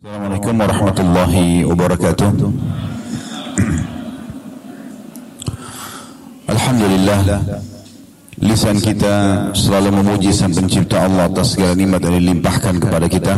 Assalamualaikum warahmatullahi wabarakatuh. Alhamdulillah, lisan kita selalu memuji Sang Pencipta Allah atas segala nikmat yang dilimpahkan kepada kita,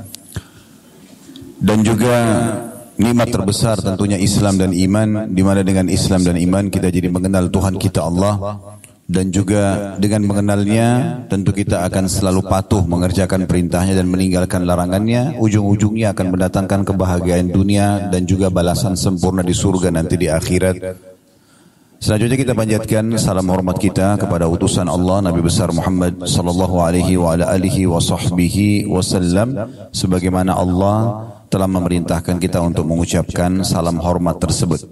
dan juga nikmat terbesar tentunya Islam dan iman, di mana dengan Islam dan iman kita jadi mengenal Tuhan kita Allah. Dan juga dengan mengenalnya tentu kita akan selalu patuh mengerjakan perintahnya dan meninggalkan larangannya. Ujung-ujungnya akan mendatangkan kebahagiaan dunia dan juga balasan sempurna di surga nanti di akhirat. Selanjutnya kita panjatkan salam hormat kita kepada utusan Allah Nabi besar Muhammad sallallahu alaihi wa ala alihi wa sahbihi wasallam, sebagaimana Allah telah memerintahkan kita untuk mengucapkan salam hormat tersebut.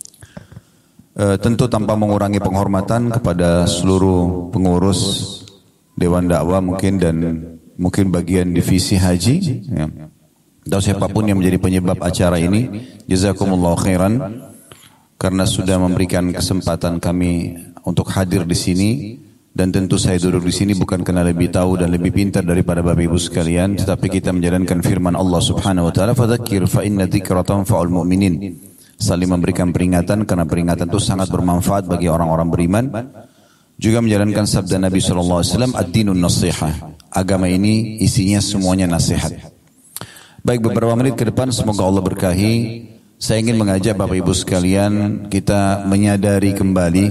Tentu tanpa mengurangi penghormatan kepada seluruh pengurus Dewan Dakwah mungkin dan mungkin bagian divisi haji, ya, atau siapapun yang menjadi penyebab acara ini. Jazakumullah khairan karena sudah memberikan kesempatan kami untuk hadir di sini. Dan tentu saya duduk di sini bukan karena lebih tahu dan lebih pintar daripada Bapak Ibu sekalian, tetapi kita menjalankan firman Allah Subhanahu wa taala, "Fadzakir fa inna dzikra tanfa'ul mu'minin." Saling memberikan peringatan karena peringatan itu sangat bermanfaat bagi orang-orang beriman. Juga menjalankan sabda Nabi SAW, ad-dinun nasihah. Agama ini isinya semuanya nasihat. Baik, beberapa menit ke depan semoga Allah berkahi. Saya ingin mengajak Bapak Ibu sekalian kita menyadari kembali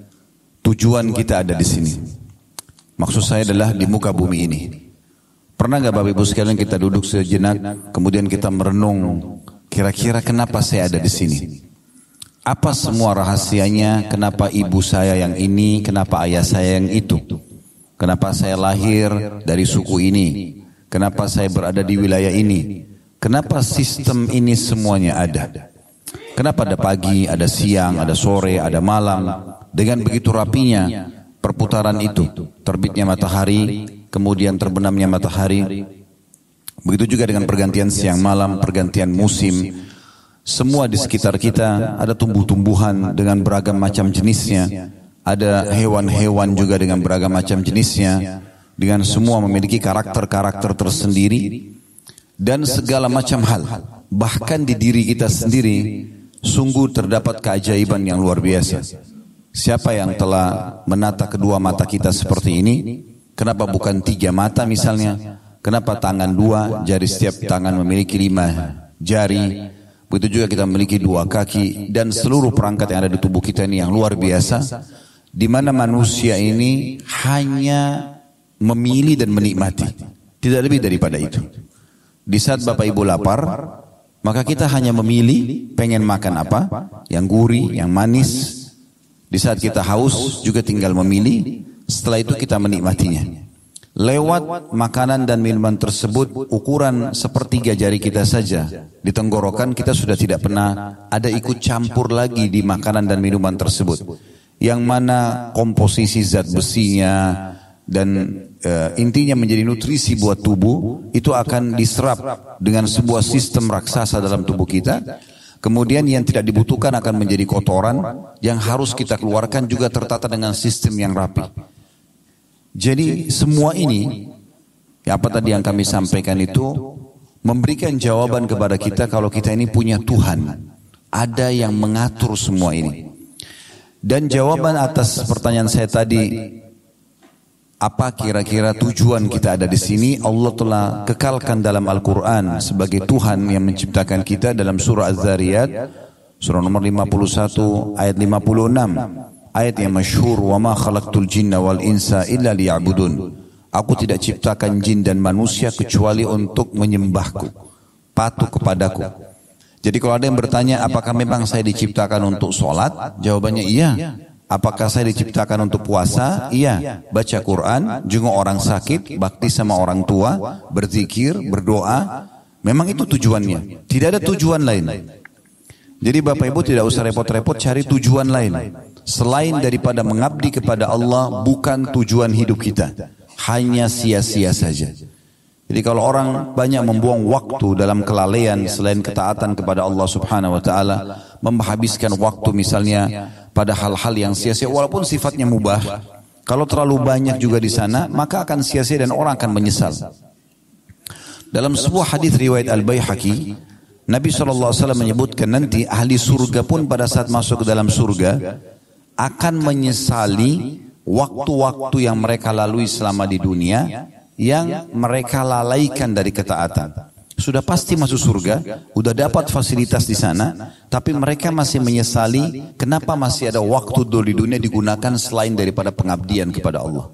tujuan kita ada di sini. Maksud saya adalah di muka bumi ini. Pernah nggak Bapak Ibu sekalian kita duduk sejenak kemudian kita merenung, kira-kira kenapa saya ada di sini? Apa semua rahasianya? Kenapa ibu saya yang ini? Kenapa ayah saya yang itu? Kenapa saya lahir dari suku ini? Kenapa saya berada di wilayah ini? Kenapa sistem ini semuanya ada? Kenapa ada pagi, ada siang, ada sore, ada malam? Dengan begitu rapinya perputaran itu, terbitnya matahari, kemudian terbenamnya matahari. Begitu juga dengan pergantian siang malam, pergantian musim. Semua di sekitar kita ada tumbuh-tumbuhan dengan beragam macam jenisnya. Ada hewan-hewan juga dengan beragam macam jenisnya. Dengan semua memiliki karakter-karakter tersendiri. Dan segala macam hal. Bahkan di diri kita sendiri, sungguh terdapat keajaiban yang luar biasa. Siapa yang telah menata kedua mata kita seperti ini? Kenapa bukan 3 mata misalnya? Kenapa tangan 2, jari setiap tangan memiliki 5 jari. Begitu juga kita memiliki 2 kaki. Dan seluruh perangkat yang ada di tubuh kita ini yang luar biasa. Di mana manusia ini hanya memilih dan menikmati. Tidak lebih daripada itu. Di saat Bapak Ibu lapar, maka kita hanya memilih pengen makan apa. Yang gurih, yang manis. Di saat kita haus juga tinggal memilih. Setelah itu kita menikmatinya. Lewat makanan dan minuman tersebut, ukuran sepertiga jari kita saja di tenggorokan kita sudah tidak pernah ada ikut campur lagi di makanan dan minuman tersebut. Yang mana komposisi zat besinya dan intinya menjadi nutrisi buat tubuh itu akan diserap dengan sebuah sistem raksasa dalam tubuh kita. Kemudian yang tidak dibutuhkan akan menjadi kotoran yang harus kita keluarkan juga tertata dengan sistem yang rapi. Jadi semua ini, apa tadi yang kami sampaikan itu memberikan jawaban kepada kita kalau kita ini punya Tuhan. Ada yang mengatur semua ini. Dan jawaban atas pertanyaan saya tadi, apa kira-kira tujuan kita ada di sini? Allah telah kekalkan dalam Al-Quran sebagai Tuhan yang menciptakan kita dalam surah Az-Zariyat, surah nomor 51 ayat 56. Ayat yang masyhur, wa ma khalaqtul jinna wal insa illa liya'budun. Aku tidak ciptakan jin dan manusia kecuali untuk menyembahku, patuh kepadaku. Jadi kalau ada yang bertanya, apakah memang saya diciptakan untuk sholat? Jawabannya iya. Apakah saya diciptakan untuk puasa? Iya. Baca Quran, jenguk orang sakit, bakti sama orang tua, berzikir, berdoa. Memang itu tujuannya. Tidak ada tujuan lain. Jadi Bapak Ibu tidak usah repot-repot cari tujuan lain. Selain daripada mengabdi kepada Allah, bukan tujuan hidup kita. Hanya sia-sia saja. Jadi kalau orang banyak membuang waktu dalam kelalaian selain ketaatan kepada Allah Subhanahu wa taala, menghabiskan waktu misalnya pada hal-hal yang sia-sia walaupun sifatnya mubah, kalau terlalu banyak juga di sana, maka akan sia-sia dan orang akan menyesal. Dalam sebuah hadis riwayat Al-Baihaqi, Nabi SAW menyebutkan nanti ahli surga pun pada saat masuk ke dalam surga akan menyesali waktu-waktu yang mereka lalui selama di dunia yang mereka lalaikan dari ketaatan. Sudah pasti masuk surga, udah dapat fasilitas di sana, tapi mereka masih menyesali kenapa masih ada waktu dulu di dunia digunakan selain daripada pengabdian kepada Allah.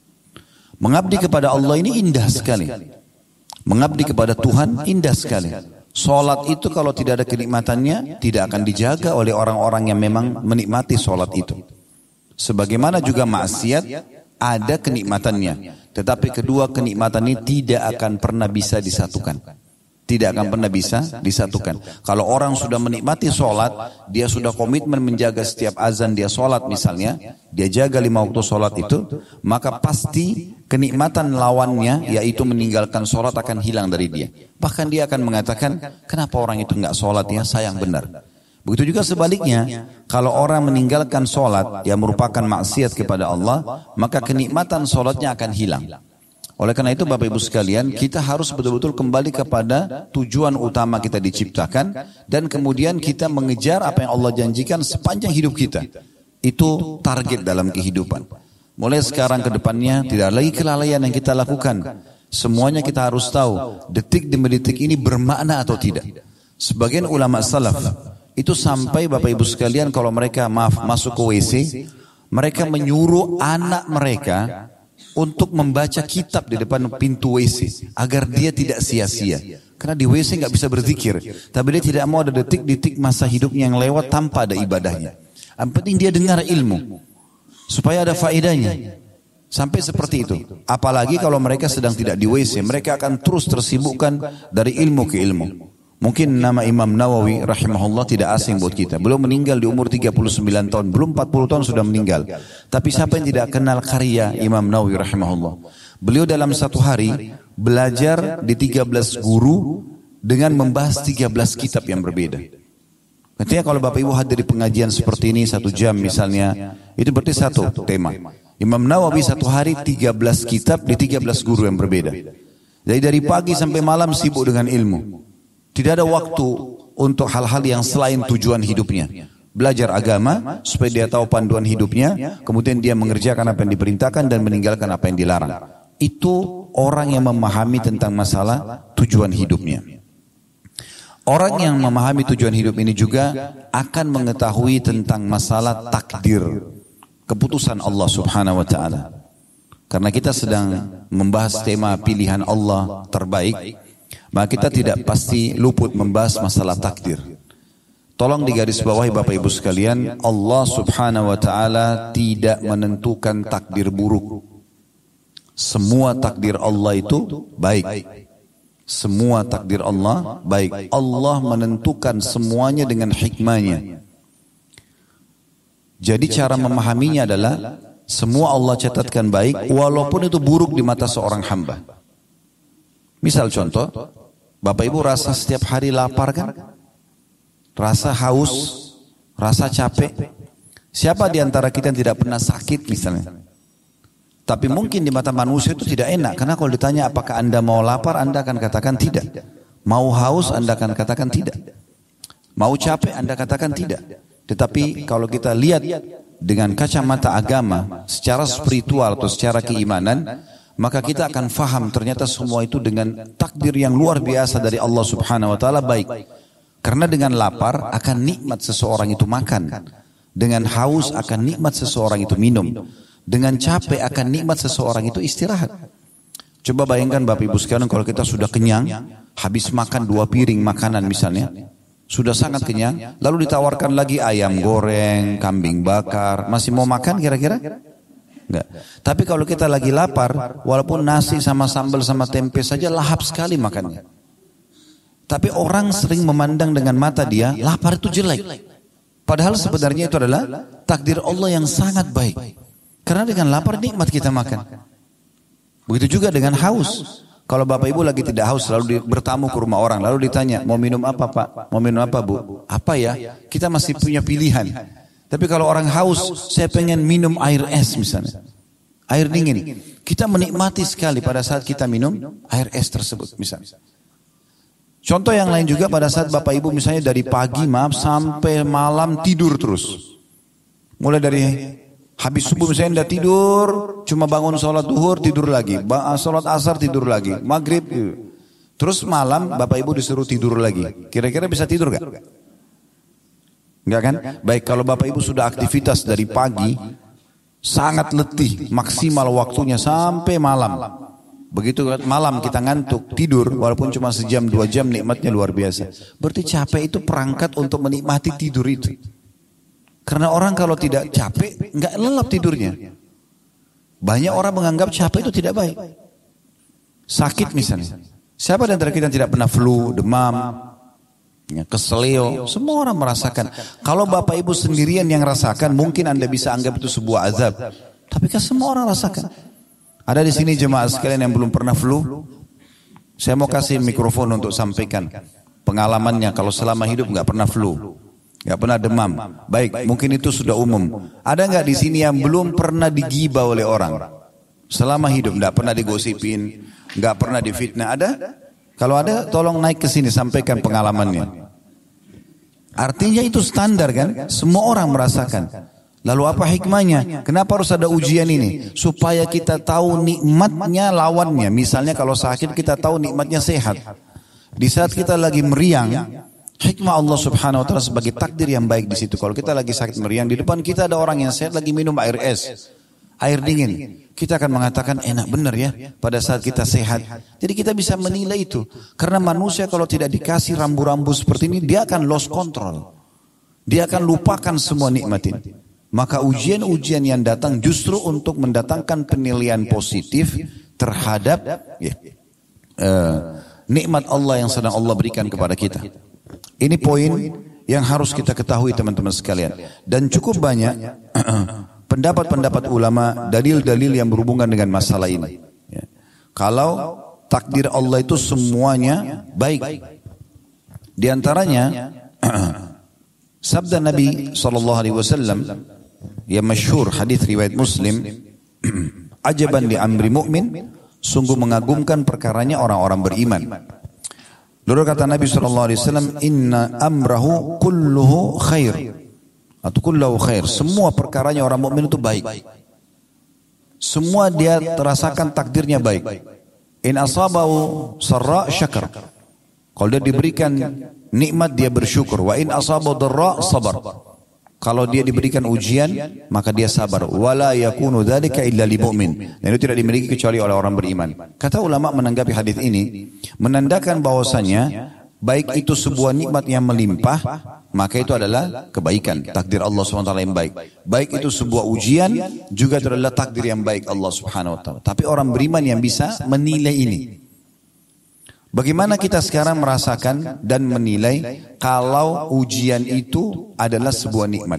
Mengabdi kepada Allah ini indah sekali. Mengabdi kepada Tuhan indah sekali. Salat itu kalau tidak ada kenikmatannya, tidak akan dijaga oleh orang-orang yang memang menikmati salat itu. Sebagaimana juga maksiat ada kenikmatannya, tetapi kedua kenikmatan ini tidak akan pernah bisa disatukan. Tidak akan pernah bisa disatukan. Kalau orang sudah menikmati sholat, dia sudah komitmen menjaga setiap azan dia sholat misalnya, dia jaga 5 waktu sholat itu, maka pasti kenikmatan lawannya, yaitu meninggalkan sholat, akan hilang dari dia. Bahkan dia akan mengatakan, kenapa orang itu enggak sholat ya, sayang benar. Begitu juga sebaliknya, kalau orang meninggalkan sholat yang merupakan maksiat kepada Allah, maka kenikmatan sholatnya akan hilang. Oleh karena itu Bapak Ibu sekalian, kita harus betul-betul kembali kepada tujuan utama kita diciptakan, dan kemudian kita mengejar apa yang Allah janjikan sepanjang hidup kita. Itu target dalam kehidupan. Mulai sekarang ke depannya tidak lagi kelalaian yang kita lakukan. Semuanya kita harus tahu, detik demi detik ini bermakna atau tidak. Sebagian ulama salaf itu sampai Bapak Ibu sekalian kalau mereka masuk ke WC, mereka menyuruh anak mereka untuk membaca kitab di depan pintu WC agar dia tidak sia-sia. Karena di WC nggak bisa berzikir, tapi dia tidak mau ada detik-detik masa hidupnya yang lewat tanpa ada ibadahnya. Yang penting dia dengar ilmu supaya ada faedahnya. Sampai seperti itu. Apalagi kalau mereka sedang tidak di WC, mereka akan terus tersibukkan dari ilmu ke ilmu. Mungkin nama Imam Nawawi rahimahullah tidak asing buat kita. Beliau meninggal di umur 39 tahun. Belum 40 tahun sudah meninggal. Tapi siapa yang tidak kenal karya Imam Nawawi rahimahullah? Beliau dalam satu hari belajar di 13 guru dengan membahas 13 kitab yang berbeda. Artinya kalau Bapak Ibu hadir di pengajian seperti ini 1 jam misalnya, itu berarti satu tema. Imam Nawawi satu hari 13 kitab di 13 guru yang berbeda. Jadi dari pagi sampai malam sibuk dengan ilmu. Tidak ada waktu untuk hal-hal yang selain tujuan hidupnya. Belajar agama supaya dia tahu panduan hidupnya, kemudian dia mengerjakan apa yang diperintahkan dan meninggalkan apa yang dilarang. Itu orang yang memahami tentang masalah tujuan hidupnya. Orang yang memahami tujuan hidup ini juga akan mengetahui tentang masalah takdir, keputusan Allah Subhanahu wa taala. Karena kita sedang membahas tema pilihan Allah terbaik, maka kita tidak pasti luput membahas masalah takdir. Tolong digarisbawahi Bapak Ibu sekalian, Allah Subhanahu wa taala tidak menentukan takdir buruk. Semua takdir Allah itu baik. Semua takdir Allah baik. Allah menentukan semuanya dengan hikmahnya. Jadi cara memahaminya adalah semua Allah catatkan baik walaupun itu buruk di mata seorang hamba. Misal contoh, Bapak Ibu rasa setiap hari lapar kan? Rasa haus, rasa capek. Siapa di antara kita yang tidak pernah sakit misalnya? Tapi mungkin di mata manusia itu tidak enak. Karena kalau ditanya apakah Anda mau lapar, Anda akan katakan tidak. Mau haus, Anda akan katakan tidak. Mau capek, Anda katakan tidak. Tetapi kalau kita lihat dengan kacamata agama, secara spiritual atau secara keimanan, maka kita akan faham ternyata semua itu dengan takdir yang luar biasa dari Allah Subhanahu wa taala baik. Karena dengan lapar akan nikmat seseorang itu makan. Dengan haus akan nikmat seseorang itu minum. Dengan capek akan nikmat seseorang itu istirahat. Coba bayangkan Bapak Ibu sekalian kalau kita sudah kenyang, habis makan 2 piring makanan misalnya, sudah sangat kenyang, lalu ditawarkan lagi ayam goreng, kambing bakar, masih mau makan kira-kira? Enggak. Tapi kalau kita lagi lapar, walaupun nasi sama sambal sama tempe saja lahap sekali makannya. Tapi orang sering memandang dengan mata dia, lapar itu jelek. Padahal sebenarnya itu adalah takdir Allah yang sangat baik. Karena dengan lapar nikmat kita makan. Begitu juga dengan haus. Kalau Bapak Ibu lagi tidak haus, lalu bertamu ke rumah orang, lalu ditanya, mau minum apa Pak? Mau minum apa Bu? Apa ya? Kita masih punya pilihan. Tapi kalau orang haus, saya pengen minum air es misalnya. Air dingin. Kita menikmati sekali pada saat kita minum air es tersebut misalnya. Contoh yang lain juga pada saat Bapak Ibu misalnya dari pagi sampai malam tidur terus. Mulai dari habis subuh misalnya udah tidur, cuma bangun sholat duhur tidur lagi, sholat asar tidur lagi, maghrib tidur. Terus malam Bapak Ibu disuruh tidur lagi. Kira-kira bisa tidur gak? Enggak kan? Baik, kalau Bapak Ibu sudah aktivitas dari pagi, sangat letih, maksimal waktunya sampai malam. Begitu malam kita ngantuk, tidur, walaupun cuma sejam 2 jam nikmatnya luar biasa. Berarti capek itu perangkat untuk menikmati tidur itu. Karena orang kalau tidak capek, nggak lelap tidurnya. Banyak orang menganggap capek itu tidak baik. Sakit misalnya. Siapa di antara kita yang tidak pernah flu, demam, keselio, semua orang merasakan. Kalau Bapak Ibu sendirian yang rasakan, mungkin Anda bisa anggap itu sebuah azab. Tapi kan semua orang rasakan. Ada di sini jemaah sekalian yang belum pernah flu. Saya mau kasih mikrofon untuk sampaikan pengalamannya kalau selama hidup nggak pernah flu, nggak pernah demam. Baik, mungkin itu sudah umum. Ada nggak di sini yang belum pernah digibah oleh orang? Selama hidup nggak pernah digosipin, nggak pernah difitnah. Ada? Kalau ada, tolong naik ke sini sampaikan pengalamannya. Artinya itu standar kan? Semua orang merasakan. Lalu apa hikmahnya? Kenapa harus ada ujian ini? Supaya kita tahu nikmatnya lawannya. Misalnya kalau sakit kita tahu nikmatnya sehat. Di saat kita lagi meriang, hikmah Allah Subhanahu wa taala sebagai takdir yang baik di situ. Kalau kita lagi sakit meriang, di depan kita ada orang yang sehat lagi minum air es, air dingin. Kita akan mengatakan enak benar ya pada saat kita sehat. Jadi kita bisa menilai itu. Karena manusia kalau tidak dikasih rambu-rambu seperti ini, dia akan lost control. Dia akan lupakan semua nikmat ini. Maka ujian-ujian yang datang justru untuk mendatangkan penilaian positif terhadap nikmat Allah yang sedang Allah berikan kepada kita. Ini poin yang harus kita ketahui teman-teman sekalian. Dan cukup banyak pendapat-pendapat ulama, dalil-dalil yang berhubungan dengan masalah ini. Kalau takdir Allah itu semuanya baik. Di antaranya sabda Nabi SAW yang masyhur hadis riwayat Muslim, ajaban li amri mu'min, sungguh mengagumkan perkaranya orang-orang beriman. Lalu kata Nabi SAW, inna amrahu kulluhu khair, atau kulluhu khair, semua perkaranya orang mukmin itu baik. Semua dia terasakan takdirnya baik. In asabahu sarra syakar, kalau dia diberikan nikmat dia bersyukur. Wa in asabahu dharra sabar, kalau dia diberikan ujian, maka dia sabar. Wala yakunu dzalika illa lil mu'min. Dan itu tidak dimiliki kecuali oleh orang beriman. Kata ulama menanggapi hadis ini, menandakan bahwasanya baik itu sebuah nikmat yang melimpah, maka itu adalah kebaikan, takdir Allah SWT yang baik. Baik itu sebuah ujian, juga itu adalah takdir yang baik Allah Subhanahu wa taala. Tapi orang beriman yang bisa menilai ini. Bagaimana kita sekarang merasakan dan menilai kalau ujian itu adalah sebuah nikmat?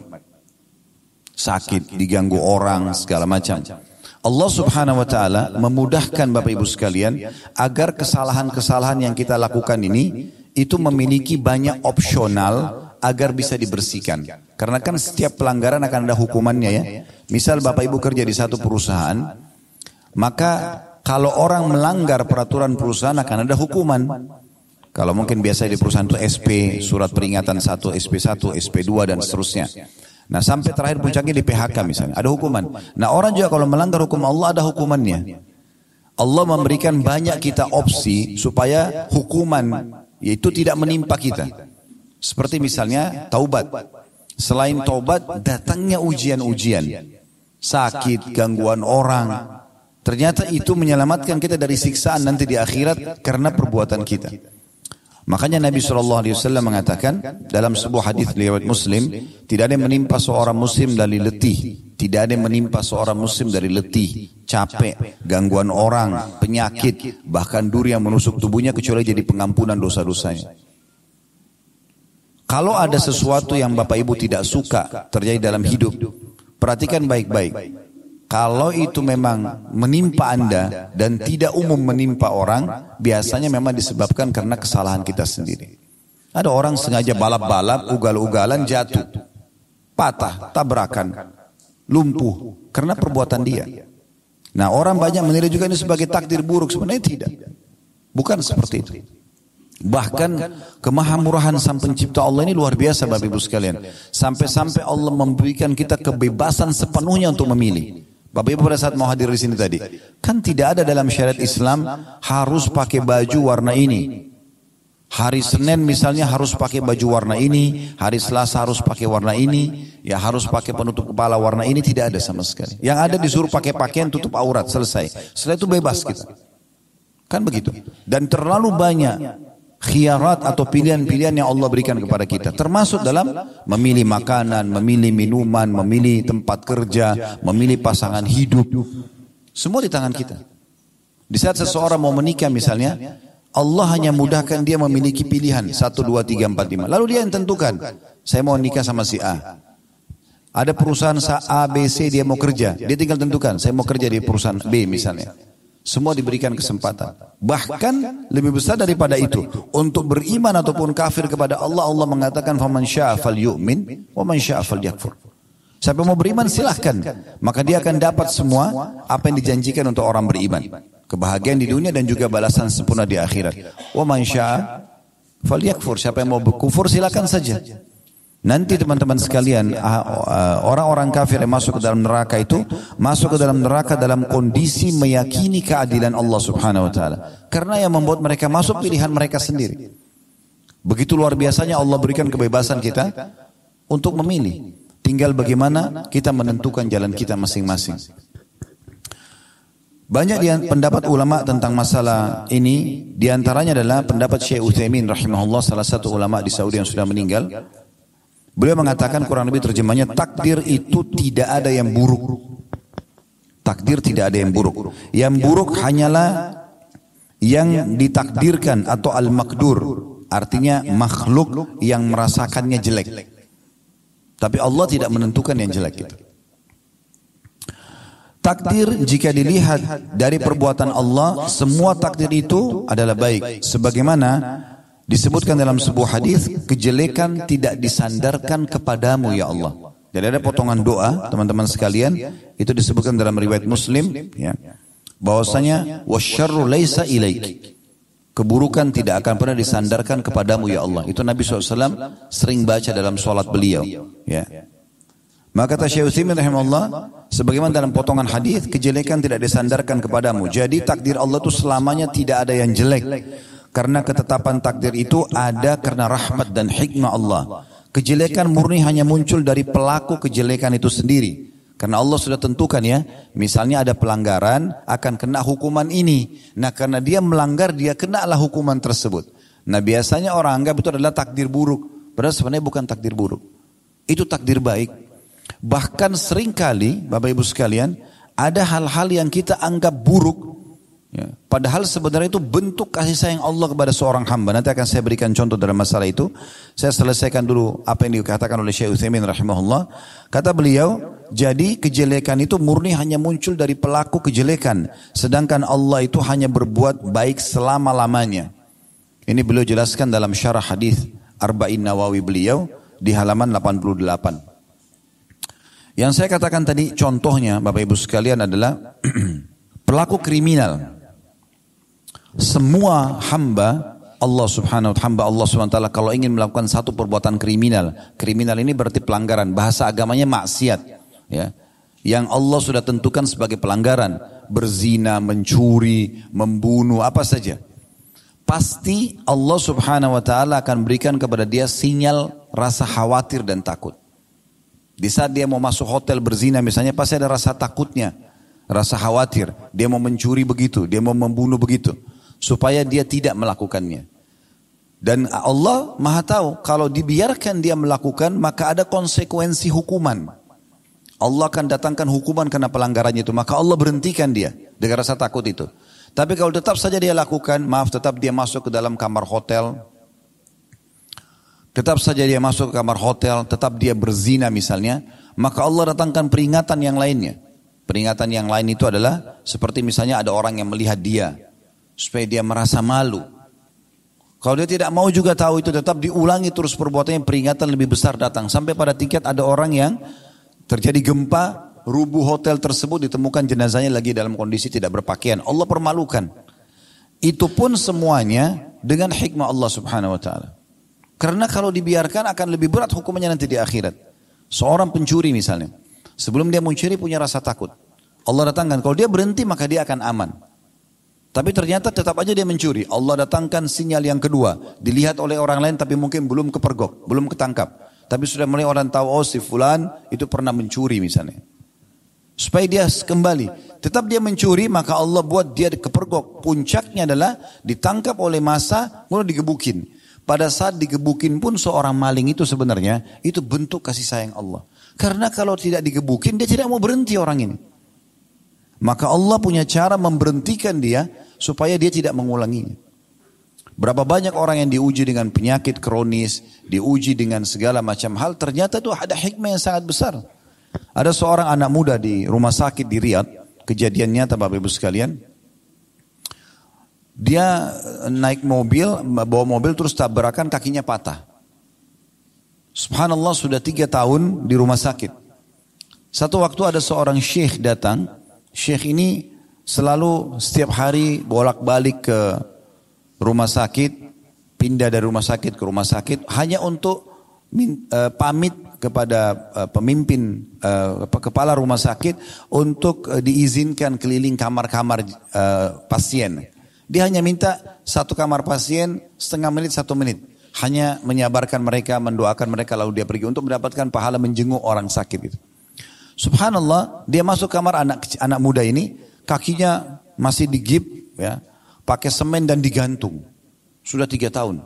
Sakit, diganggu orang, segala macam. Allah Subhanahu wa taala memudahkan Bapak Ibu sekalian agar kesalahan-kesalahan yang kita lakukan ini itu memiliki banyak opsional agar bisa dibersihkan. Karena kan setiap pelanggaran akan ada hukumannya ya. Misal Bapak Ibu kerja di satu perusahaan, maka kalau orang melanggar peraturan perusahaan akan ada hukuman. Kalau mungkin biasa di perusahaan itu SP, surat peringatan 1, SP1, SP2 dan seterusnya. Nah sampai terakhir puncaknya di PHK misalnya, ada hukuman. Nah orang juga kalau melanggar hukum Allah ada hukumannya. Allah memberikan banyak kita opsi supaya hukuman yaitu tidak menimpa kita. Seperti misalnya taubat. Selain taubat datangnya ujian-ujian. Sakit, gangguan orang. Ternyata itu menyelamatkan kita dari siksaan nanti di akhirat karena perbuatan kita. Makanya Nabi SAW mengatakan dalam sebuah hadis riwayat Muslim, tidak ada yang menimpa seorang muslim dari letih, tidak ada yang menimpa seorang muslim dari letih, capek, gangguan orang, penyakit, bahkan duri yang menusuk tubuhnya kecuali jadi pengampunan dosa-dosanya. Kalau ada sesuatu yang Bapak Ibu tidak suka terjadi dalam hidup, perhatikan baik-baik. Kalau itu memang menimpa Anda dan tidak umum menimpa orang, biasanya memang disebabkan karena kesalahan kita sendiri. Ada orang sengaja balap-balap, ugal-ugalan jatuh, patah, tabrakan, lumpuh karena perbuatan dia. Nah orang banyak menilai juga ini sebagai takdir buruk, sebenarnya tidak. Bukan seperti itu. Bahkan kemahamurahan Sang Pencipta Allah ini luar biasa Bapak Ibu sekalian. Sampai-sampai Allah memberikan kita kebebasan sepenuhnya untuk memilih. Bapak Ibu pada saat mau hadir di sini tadi, kan tidak ada dalam syariat Islam harus pakai baju warna ini. Hari Senin misalnya harus pakai baju warna ini, hari Selasa harus pakai warna ini, ya harus pakai penutup kepala warna ini, tidak ada sama sekali. Yang ada disuruh pakai pakaian tutup aurat, selesai. Setelah itu bebas kita. Kan begitu. Dan terlalu banyak khiyarat atau pilihan-pilihan yang Allah berikan kepada kita. Termasuk dalam memilih makanan, memilih minuman, memilih tempat kerja, memilih pasangan hidup. Semua di tangan kita. Di saat seseorang mau menikah misalnya, Allah hanya mudahkan dia memiliki pilihan 1, 2, 3, 4, 5. Lalu dia yang tentukan, saya mau nikah sama si A. Ada perusahaan A, B, C dia mau kerja. Dia tinggal tentukan, saya mau kerja di perusahaan B misalnya. Semua diberikan kesempatan. Bahkan lebih besar daripada itu. Untuk beriman ataupun kafir kepada Allah, Allah mengatakan, فَمَنْ شَاءَ فَلْيُؤْمِنْ وَمَنْ شَاءَ فَلْيَكْفُرْ. Siapa mau beriman silahkan. Maka dia akan dapat semua apa yang dijanjikan untuk orang beriman. Kebahagiaan di dunia dan juga balasan sempurna di akhirat. Wa man syaa'a falyakfur. Siapa yang mau berkufur silakan saja. Nanti teman-teman sekalian, orang-orang kafir yang masuk ke dalam neraka itu masuk ke dalam neraka dalam kondisi meyakini keadilan Allah Subhanahu wa taala. Karena yang membuat mereka masuk pilihan mereka sendiri. Begitu luar biasanya Allah berikan kebebasan kita untuk memilih. Tinggal bagaimana kita menentukan jalan kita masing-masing. Banyak pendapat ulama tentang masalah ini. Di antaranya adalah pendapat Syekh Utsaimin rahimahullah, salah satu ulama di Saudi yang sudah meninggal. Beliau mengatakan kurang lebih terjemahnya, takdir itu tidak ada yang buruk. Takdir tidak ada yang buruk. Yang buruk hanyalah yang ditakdirkan atau al-makdur. Artinya makhluk yang merasakannya jelek. Tapi Allah tidak menentukan yang jelek itu. Takdir jika dilihat dari perbuatan Allah, semua takdir itu adalah baik. Sebagaimana disebutkan dalam sebuah hadis, kejelekan tidak disandarkan kepadamu ya Allah. Jadi ada potongan doa teman-teman sekalian, itu disebutkan dalam riwayat Muslim, ya, bahwasanya wasyarru laisa ilaik. Keburukan tidak akan pernah disandarkan kepadamu ya Allah. Itu Nabi SAW sering baca dalam sholat beliau. Ya. Maka kata Syekh Utsaimin rahimahullah, sebagaimana dalam potongan hadis, kejelekan tidak disandarkan kepadamu. Jadi takdir Allah itu selamanya tidak ada yang jelek. Karena ketetapan takdir itu ada karena rahmat dan hikmah Allah. Kejelekan murni hanya muncul dari pelaku kejelekan itu sendiri. Karena Allah sudah tentukan ya, misalnya ada pelanggaran akan kena hukuman ini. Nah karena dia melanggar, dia kenalah hukuman tersebut. Nah biasanya orang anggap itu adalah takdir buruk. Padahal sebenarnya bukan takdir buruk. Itu takdir baik. Bahkan seringkali Bapak Ibu sekalian, ada hal-hal yang kita anggap buruk. Ya, padahal sebenarnya itu bentuk kasih sayang Allah kepada seorang hamba. Nanti akan saya berikan contoh dalam masalah itu. Saya selesaikan dulu apa yang dikatakan oleh Syekh Utsaimin rahimahullah. Kata beliau, jadi kejelekan itu murni hanya muncul dari pelaku kejelekan. Sedangkan Allah itu hanya berbuat baik selama-lamanya. Ini beliau jelaskan dalam syarah hadis Arba'in Nawawi beliau di halaman 88. Yang saya katakan tadi contohnya Bapak Ibu sekalian adalah pelaku kriminal. Semua hamba Allah subhanahu wa ta'ala kalau ingin melakukan satu perbuatan kriminal. Kriminal ini berarti pelanggaran. Bahasa agamanya maksiat. Ya. Yang Allah sudah tentukan sebagai pelanggaran. Berzina, mencuri, membunuh, apa saja. Pasti Allah subhanahu wa ta'ala akan berikan kepada dia sinyal rasa khawatir dan takut. Di saat dia mau masuk hotel berzina misalnya pasti ada rasa takutnya. Rasa khawatir. Dia mau mencuri begitu. Dia mau membunuh begitu. Supaya dia tidak melakukannya. Dan Allah maha tahu. Kalau dibiarkan dia melakukan maka ada konsekuensi hukuman. Allah akan datangkan hukuman karena pelanggarannya itu. Maka Allah berhentikan dia. Dengan rasa takut itu. Tapi kalau tetap saja dia lakukan. Maaf tetap dia masuk ke dalam kamar hotel. Tetap saja dia masuk ke kamar hotel. Tetap dia berzina misalnya. Maka Allah datangkan peringatan yang lainnya. Peringatan yang lain itu adalah seperti misalnya ada orang yang melihat dia supaya dia merasa malu. Kalau dia tidak mau juga tahu itu tetap diulangi terus perbuatannya, peringatan lebih besar datang sampai pada tingkat ada orang yang terjadi gempa, rubuh hotel tersebut ditemukan jenazahnya lagi dalam kondisi tidak berpakaian. Allah permalukan. Itu pun semuanya dengan hikmah Allah Subhanahu wa taala. Karena kalau dibiarkan akan lebih berat hukumannya nanti di akhirat. Seorang pencuri misalnya, sebelum dia mencuri punya rasa takut. Allah datangkan, kalau dia berhenti maka dia akan aman. Tapi ternyata tetap aja dia mencuri. Allah datangkan sinyal yang kedua. Dilihat oleh orang lain tapi mungkin belum kepergok, belum ketangkap. Tapi sudah mulai orang tahu, oh si fulan itu pernah mencuri misalnya. Supaya dia kembali. Tetap dia mencuri, maka Allah buat dia kepergok. Puncaknya adalah ditangkap oleh massa, mulai digebukin. Pada saat digebukin pun seorang maling itu sebenarnya, itu bentuk kasih sayang Allah. Karena kalau tidak digebukin, dia tidak mau berhenti orang ini. Maka Allah punya cara memberhentikan dia, supaya dia tidak mengulanginya. Berapa banyak orang yang diuji dengan penyakit kronis, diuji dengan segala macam hal, ternyata itu ada hikmah yang sangat besar. Ada seorang anak muda di rumah sakit di Riyadh, kejadian nyata Bapak Ibu sekalian. Dia naik mobil, bawa mobil terus tabrakan, kakinya patah. Subhanallah, sudah 3 tahun di rumah sakit. Satu waktu ada seorang syekh datang. Syekh ini selalu setiap hari bolak-balik ke rumah sakit, pindah dari rumah sakit ke rumah sakit hanya untuk pamit kepada pemimpin kepala rumah sakit untuk diizinkan keliling kamar-kamar pasien. Dia hanya minta satu kamar pasien setengah menit, 1 menit. Hanya menyabarkan mereka, mendoakan mereka lalu dia pergi untuk mendapatkan pahala menjenguk orang sakit itu. Subhanallah, dia masuk kamar anak muda ini, kakinya masih digip ya. Pakai semen dan digantung. Sudah 3 tahun.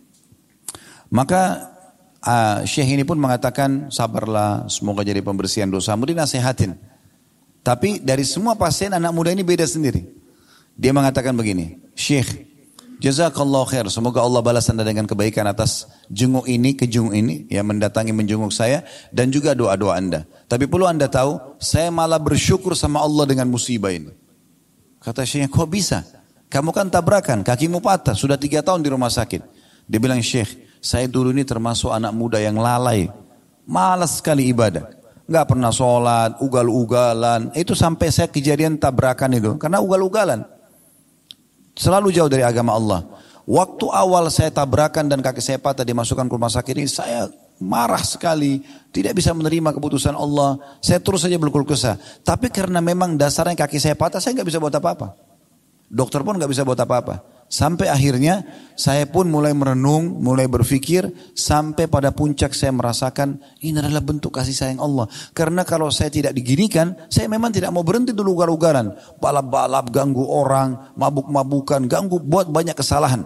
Maka Syekh ini pun mengatakan, sabarlah, semoga jadi pembersihan dosamu, dinasihatin. Tapi dari semua pasien anak muda ini beda sendiri. Dia mengatakan begini, Syekh, jazakallah khair, semoga Allah balas anda dengan kebaikan atas jenguk ini, kejenguk ini, yang mendatangi menjenguk saya, dan juga doa-doa anda. Tapi perlu anda tahu, saya malah bersyukur sama Allah dengan musibah ini. Kata Syekh, kok bisa? Kamu kan tabrakan, kakimu patah, sudah 3 tahun di rumah sakit. Dia bilang, Syekh, saya dulu ini termasuk anak muda yang lalai. Malas sekali ibadah. Gak pernah sholat, ugal-ugalan. Itu sampai saya kejadian tabrakan itu. Karena ugal-ugalan. Selalu jauh dari agama Allah. Waktu awal saya tabrakan dan kaki saya patah dimasukkan ke rumah sakit ini, saya marah sekali. Tidak bisa menerima keputusan Allah. Saya terus saja berkeluh kesah. Tapi karena memang dasarnya kaki saya patah, saya gak bisa buat apa-apa. Dokter pun gak bisa buat apa-apa. Sampai akhirnya saya pun mulai merenung, mulai berpikir. Sampai pada puncak saya merasakan ini adalah bentuk kasih sayang Allah. Karena kalau saya tidak diginikan, saya memang tidak mau berhenti dulu ugal-ugalan. Balap-balap, ganggu orang, mabuk-mabukan, ganggu, buat banyak kesalahan.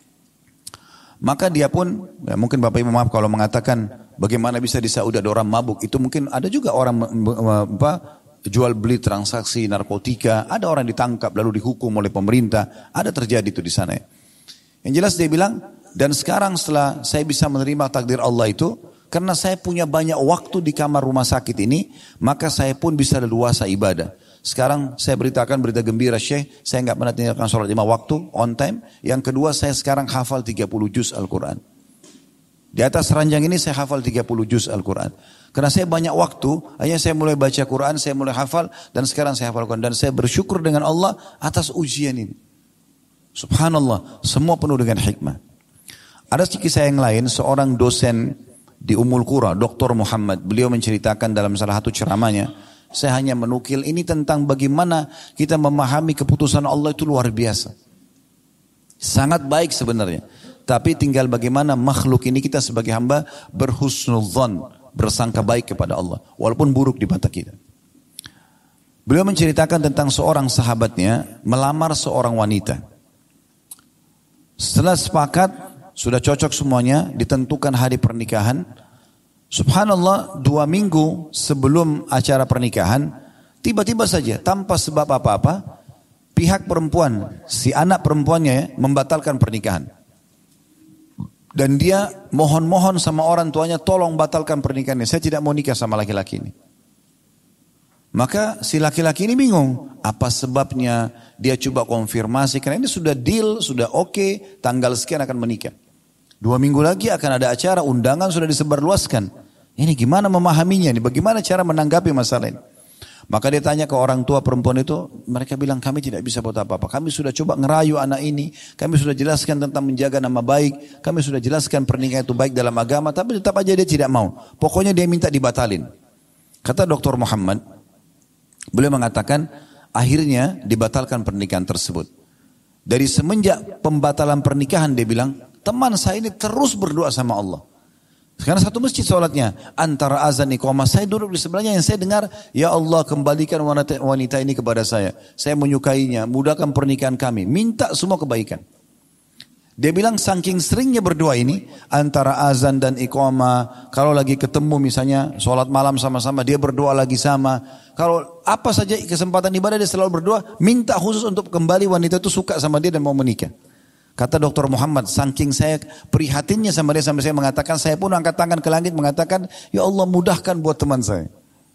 Maka dia pun, ya mungkin Bapak Ibu maaf kalau mengatakan bagaimana bisa di Saudi ada orang mabuk. Itu mungkin ada juga orang jual beli transaksi narkotika, ada orang ditangkap lalu dihukum oleh pemerintah, ada terjadi itu di sana. Yang jelas dia bilang, dan sekarang setelah saya bisa menerima takdir Allah itu, karena saya punya banyak waktu di kamar rumah sakit ini, maka saya pun bisa leluasa ibadah. Sekarang saya beritakan berita gembira Syekh, saya enggak pernah tinggalkan sholat 5 waktu, on time. Yang kedua, saya sekarang hafal 30 juz Al-Quran. Di atas ranjang ini saya hafal 30 juz Al-Quran. Karena saya banyak waktu, hanya saya mulai baca Quran, saya mulai hafal, dan sekarang saya hafal Quran. Dan saya bersyukur dengan Allah atas ujian ini. Subhanallah, semua penuh dengan hikmah. Ada kisah yang lain, seorang dosen di Ummul Qura, Dr. Muhammad, beliau menceritakan dalam salah satu ceramahnya, saya hanya menukil ini tentang bagaimana kita memahami keputusan Allah itu luar biasa. Sangat baik sebenarnya. Tapi tinggal bagaimana makhluk ini kita sebagai hamba berhusnudzon, bersangka baik kepada Allah. Walaupun buruk di mata kita. Beliau menceritakan tentang seorang sahabatnya melamar seorang wanita. Setelah sepakat, sudah cocok semuanya, ditentukan hari pernikahan. Subhanallah, 2 minggu sebelum acara pernikahan, tiba-tiba saja tanpa sebab apa-apa, pihak perempuan, si anak perempuannya membatalkan pernikahan. Dan dia mohon-mohon sama orang tuanya, tolong batalkan pernikahannya. Saya tidak mau nikah sama laki-laki ini. Maka si laki-laki ini bingung. Apa sebabnya? Dia coba konfirmasi. Karena ini sudah deal, sudah oke, tanggal sekian akan menikah. 2 minggu lagi akan ada acara, undangan sudah disebarluaskan. Ini gimana memahaminya? Bagaimana cara menanggapi masalah ini? Maka dia tanya ke orang tua perempuan itu, mereka bilang kami tidak bisa buat apa-apa. Kami sudah coba ngerayu anak ini, kami sudah jelaskan tentang menjaga nama baik, kami sudah jelaskan pernikahan itu baik dalam agama, tapi tetap aja dia tidak mau. Pokoknya dia minta dibatalin. Kata Dr. Muhammad, beliau mengatakan akhirnya dibatalkan pernikahan tersebut. Dari semenjak pembatalan pernikahan dia bilang, teman saya ini terus berdoa sama Allah. Sekarang satu masjid sholatnya, antara azan iqamah, saya duduk di sebelahnya yang saya dengar, ya Allah kembalikan wanita ini kepada saya menyukainya, mudahkan pernikahan kami, minta semua kebaikan. Dia bilang saking seringnya berdoa ini, antara azan dan iqamah, kalau lagi ketemu misalnya sholat malam sama-sama, dia berdoa lagi sama, kalau apa saja kesempatan ibadah dia selalu berdoa, minta khusus untuk kembali wanita itu suka sama dia dan mau menikah. Kata Dr. Muhammad, saking saya prihatinnya sama dia sampai saya mengatakan, saya pun angkat tangan ke langit mengatakan, ya Allah mudahkan buat teman saya.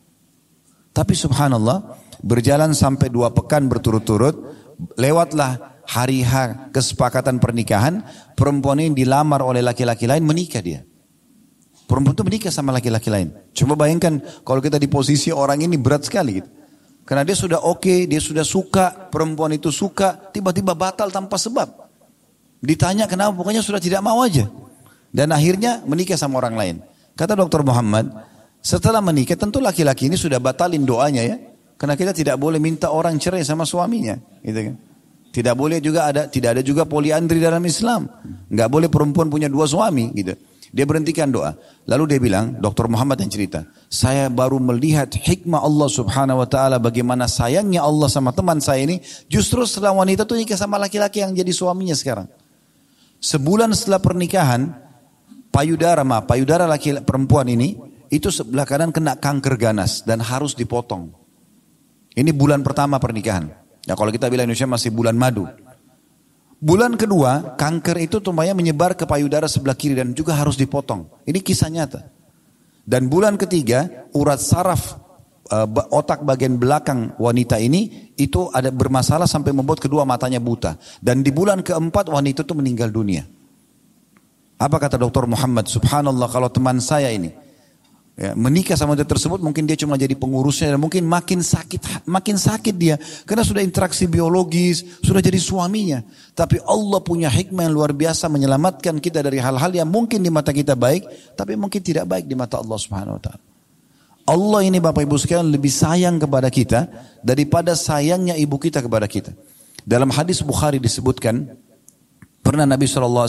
Tapi subhanallah, berjalan sampai 2 pekan berturut-turut, lewatlah hari H kesepakatan pernikahan, perempuan ini dilamar oleh laki-laki lain, menikah dia. Perempuan itu menikah sama laki-laki lain. Coba bayangkan kalau kita di posisi orang ini berat sekali gitu. Karena dia sudah oke, dia sudah suka, perempuan itu suka, tiba-tiba batal tanpa sebab. Ditanya kenapa, pokoknya sudah tidak mau aja. Dan akhirnya menikah sama orang lain. Kata Dr. Muhammad, setelah menikah tentu laki-laki ini sudah batalin doanya ya. Karena kita tidak boleh minta orang cerai sama suaminya. Gitu kan. Tidak boleh juga tidak ada juga poliandri dalam Islam. Nggak boleh perempuan punya 2 suami gitu. Dia berhentikan doa. Lalu dia bilang, Dr. Muhammad yang cerita, saya baru melihat hikmah Allah subhanahu wa ta'ala, bagaimana sayangnya Allah sama teman saya ini, justru setelah wanita itu nikah sama laki-laki yang jadi suaminya sekarang. Sebulan setelah pernikahan, payudara perempuan ini, itu sebelah kanan kena kanker ganas dan harus dipotong. Ini bulan pertama pernikahan. Ya kalau kita bilang Indonesia masih bulan madu. Bulan kedua, kanker itu tumpahnya menyebar ke payudara sebelah kiri dan juga harus dipotong. Ini kisah nyata. Dan bulan ketiga, urat saraf otak bagian belakang wanita ini itu ada bermasalah sampai membuat kedua matanya buta. Dan di bulan keempat wanita itu meninggal dunia. Apa kata Dr. Muhammad? Subhanallah, kalau teman saya ini ya, menikah sama wanita tersebut, mungkin dia cuma jadi pengurusnya dan mungkin makin sakit dia karena sudah interaksi biologis, sudah jadi suaminya. Tapi Allah punya hikmah yang luar biasa menyelamatkan kita dari hal-hal yang mungkin di mata kita baik, tapi mungkin tidak baik di mata Allah Subhanahu wa taala. Allah ini Bapak Ibu sekalian lebih sayang kepada kita daripada sayangnya ibu kita kepada kita. Dalam hadis Bukhari disebutkan, pernah Nabi SAW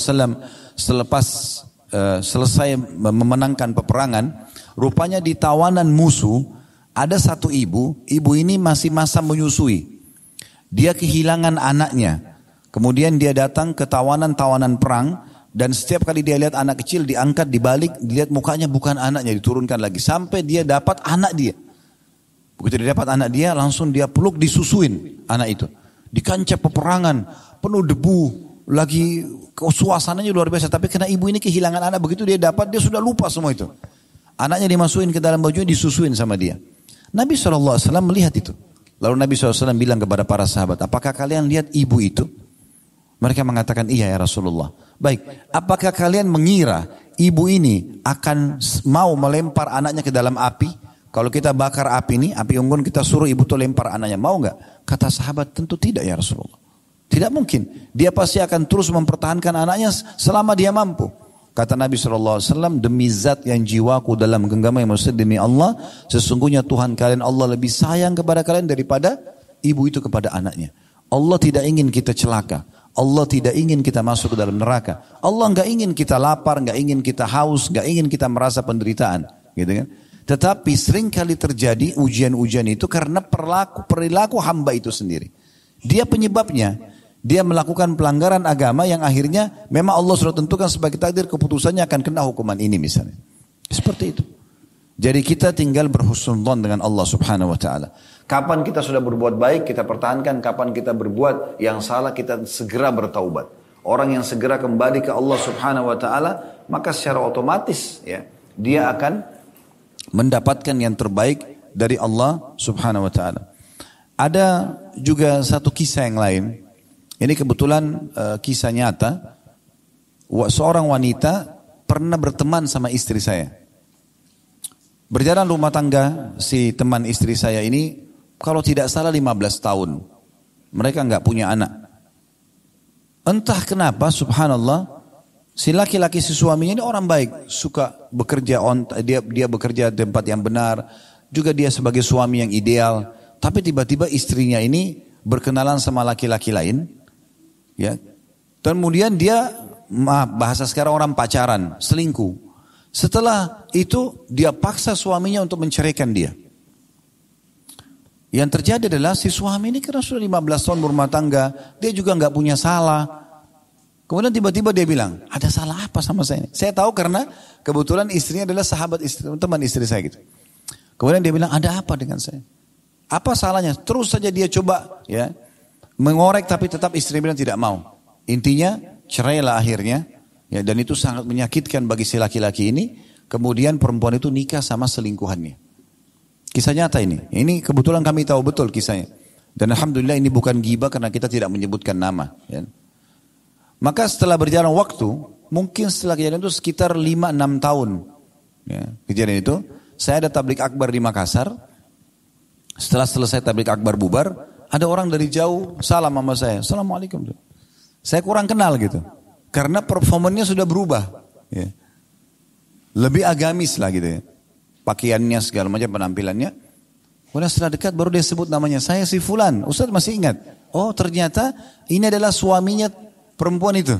selesai memenangkan peperangan, rupanya di tawanan musuh ada satu ibu ini masih masa menyusui. Dia kehilangan anaknya. Kemudian dia datang ke tawanan perang. Dan setiap kali dia lihat anak kecil diangkat, dibalik, dilihat mukanya bukan anaknya, diturunkan lagi. Sampai dia dapat anak dia. Begitu dia dapat anak dia, langsung dia peluk, disusuin anak itu. Di kancah peperangan, penuh debu, lagi suasananya luar biasa. Tapi karena ibu ini kehilangan anak, begitu dia dapat, dia sudah lupa semua itu. Anaknya dimasukin ke dalam bajunya, disusuin sama dia. Nabi SAW melihat itu. Lalu Nabi SAW bilang kepada para sahabat, apakah kalian lihat ibu itu? Mereka mengatakan, iya ya Rasulullah. Baik, apakah kalian mengira ibu ini akan mau melempar anaknya ke dalam api? Kalau kita bakar api ini, api unggun, kita suruh ibu itu lempar anaknya, mau nggak? Kata sahabat, tentu tidak ya Rasulullah. Tidak mungkin. Dia pasti akan terus mempertahankan anaknya selama dia mampu. Kata Nabi SAW, demi zat yang jiwaku dalam genggaman yang maksud demi Allah, sesungguhnya Tuhan kalian Allah lebih sayang kepada kalian daripada ibu itu kepada anaknya. Allah tidak ingin kita celaka. Allah tidak ingin kita masuk ke dalam neraka. Allah enggak ingin kita lapar, enggak ingin kita haus, enggak ingin kita merasa penderitaan, gitu kan? Tetapi sering kali terjadi ujian-ujian itu karena perilaku hamba itu sendiri. Dia penyebabnya. Dia melakukan pelanggaran agama yang akhirnya memang Allah sudah tentukan sebagai takdir, keputusannya akan kena hukuman ini misalnya. Seperti itu. Jadi kita tinggal berhusnudzon dengan Allah Subhanahu wa taala. Kapan kita sudah berbuat baik, kita pertahankan. Kapan kita berbuat yang salah, kita segera bertaubat. Orang yang segera kembali ke Allah Subhanahu wa taala, maka secara otomatis ya, dia akan mendapatkan yang terbaik dari Allah Subhanahu wa taala. Ada juga satu kisah yang lain. Ini kebetulan kisah nyata. Seorang wanita pernah berteman sama istri saya. Berjalan rumah tangga si teman istri saya ini kalau tidak salah 15 tahun. Mereka nggak punya anak. Entah kenapa, subhanallah, si laki-laki si suaminya ini orang baik, suka bekerja dia bekerja di tempat yang benar, juga dia sebagai suami yang ideal. Tapi tiba-tiba istrinya ini berkenalan sama laki-laki lain, ya. Kemudian dia, bahasa sekarang orang pacaran, selingkuh. Setelah itu dia paksa suaminya untuk menceraikan dia. Yang terjadi adalah si suami ini karena sudah 15 tahun berumah tangga, dia juga nggak punya salah. Kemudian tiba-tiba dia bilang, ada salah apa sama saya ini? Saya tahu karena kebetulan istrinya adalah sahabat istri, teman istri saya gitu. Kemudian dia bilang, ada apa dengan saya? Apa salahnya? Terus saja dia coba ya mengorek, tapi tetap istri bilang tidak mau. Intinya cerailah akhirnya, ya, dan itu sangat menyakitkan bagi si laki-laki ini. Kemudian perempuan itu nikah sama selingkuhannya. Kisah nyata ini. Ini kebetulan kami tahu betul kisahnya. Dan alhamdulillah ini bukan ghibah karena kita tidak menyebutkan nama. Ya. Maka setelah berjalan waktu, mungkin setelah kejadian itu sekitar 5-6 tahun. Ya, kejadian itu, saya ada tablik akbar di Makassar. Setelah selesai tablik akbar bubar, ada orang dari jauh salam sama saya. Assalamualaikum. Saya kurang kenal gitu. Karena performanya sudah berubah. Ya. Lebih agamis lah gitu ya. Pakaiannya segala macam penampilannya. Kemudian setelah dekat baru dia sebut namanya. Saya si Fulan. Ustaz masih ingat. Oh ternyata ini adalah suaminya perempuan itu.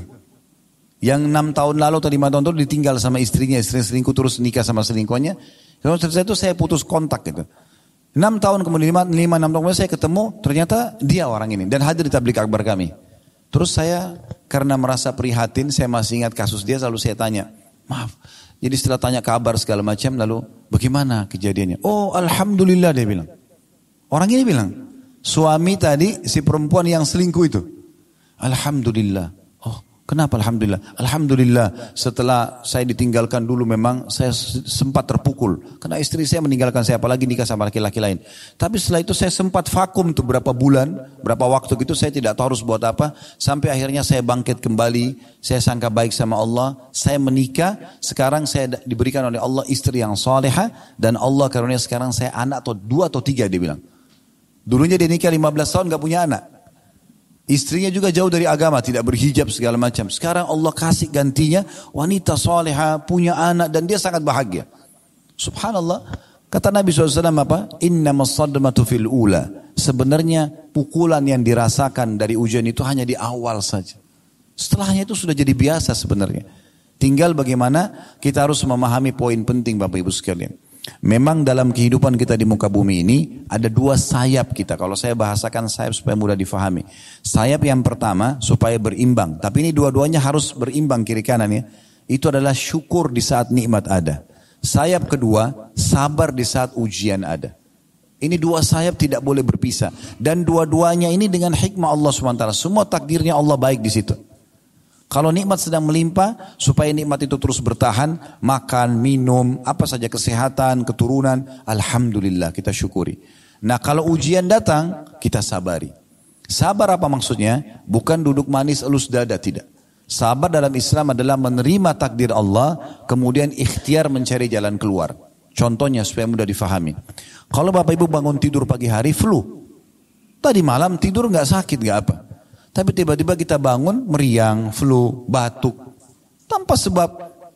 Yang 6 tahun lalu atau 5 tahun lalu ditinggal sama istrinya. Istri selingkuh terus nikah sama selingkuhannya. Kalau setelah itu saya putus kontak gitu. 6 tahun kemudian 5-6 tahun kemudian saya ketemu. Ternyata dia orang ini. Dan hadir di tablik akbar kami. Terus saya karena merasa prihatin. Saya masih ingat kasus dia. Lalu saya tanya. Maaf. Jadi setelah tanya kabar segala macam, lalu bagaimana kejadiannya? Oh alhamdulillah dia bilang. Orang ini bilang, suami tadi si perempuan yang selingkuh itu. Alhamdulillah. Oh kenapa alhamdulillah? Alhamdulillah setelah saya ditinggalkan dulu memang saya sempat terpukul. Karena istri saya meninggalkan saya, apalagi nikah sama laki-laki lain. Tapi setelah itu saya sempat vakum tuh berapa bulan, berapa waktu gitu saya tidak tahu harus buat apa. Sampai akhirnya saya bangkit kembali, saya sangka baik sama Allah. Saya menikah, sekarang saya diberikan oleh Allah istri yang salehah. Dan Allah karunia sekarang saya anak atau 2 atau 3 dia bilang. Dulunya dia nikah 15 tahun gak punya anak. Istrinya juga jauh dari agama, tidak berhijab segala macam. Sekarang Allah kasih gantinya wanita soleha, punya anak dan dia sangat bahagia. Subhanallah. Kata Nabi SAW apa? Innamas sadmatu fil ula. Sebenarnya pukulan yang dirasakan dari ujian itu hanya di awal saja. Setelahnya itu sudah jadi biasa sebenarnya. Tinggal bagaimana kita harus memahami poin penting Bapak Ibu sekalian. Memang dalam kehidupan kita di muka bumi ini ada 2 sayap kita. Kalau saya bahasakan sayap supaya mudah difahami. Sayap yang pertama supaya berimbang. Tapi ini dua-duanya harus berimbang kiri kanan ya. Itu adalah syukur di saat nikmat ada. Sayap kedua, sabar di saat ujian ada. Ini 2 sayap tidak boleh berpisah. Dan dua-duanya ini dengan hikmah Allah SWT. Semua takdirnya Allah baik di situ. Kalau nikmat sedang melimpah, supaya nikmat itu terus bertahan, makan, minum, apa saja kesehatan, keturunan, alhamdulillah kita syukuri. Nah kalau ujian datang, kita sabari. Sabar apa maksudnya? Bukan duduk manis elus dada, tidak. Sabar dalam Islam adalah menerima takdir Allah, kemudian ikhtiar mencari jalan keluar. Contohnya supaya mudah difahami. Kalau Bapak Ibu bangun tidur pagi hari flu, tadi malam tidur nggak sakit nggak apa. Tapi tiba-tiba kita bangun meriang, flu, batuk, tanpa sebab.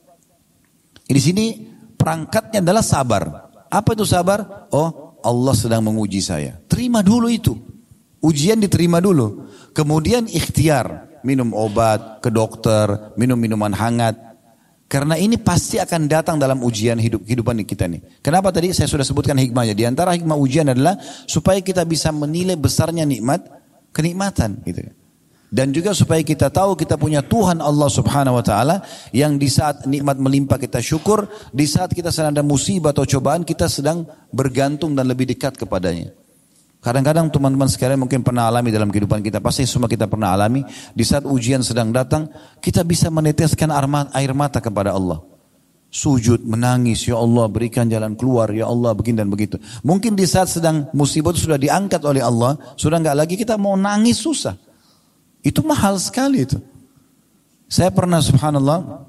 Di sini perangkatnya adalah sabar. Apa itu sabar? Oh, Allah sedang menguji saya. Terima dulu itu. Ujian diterima dulu. Kemudian ikhtiar, minum obat, ke dokter, minum minuman hangat. Karena ini pasti akan datang dalam ujian kehidupan kita nih. Kenapa tadi saya sudah sebutkan hikmahnya? Di antara hikmah ujian adalah supaya kita bisa menilai besarnya nikmat, kenikmatan gitu. Dan juga supaya kita tahu kita punya Tuhan Allah Subhanahu wa taala yang di saat nikmat melimpah kita syukur, di saat kita sedang ada musibah atau cobaan kita sedang bergantung dan lebih dekat kepadanya. Kadang-kadang teman-teman sekalian mungkin pernah alami dalam kehidupan kita, pasti semua kita pernah alami, di saat ujian sedang datang, kita bisa meneteskan air mata kepada Allah. Sujud, menangis, ya Allah berikan jalan keluar, ya Allah begini dan begitu. Mungkin di saat sedang musibah itu sudah diangkat oleh Allah, sudah enggak lagi kita mau nangis susah. Itu mahal sekali itu. Saya pernah subhanallah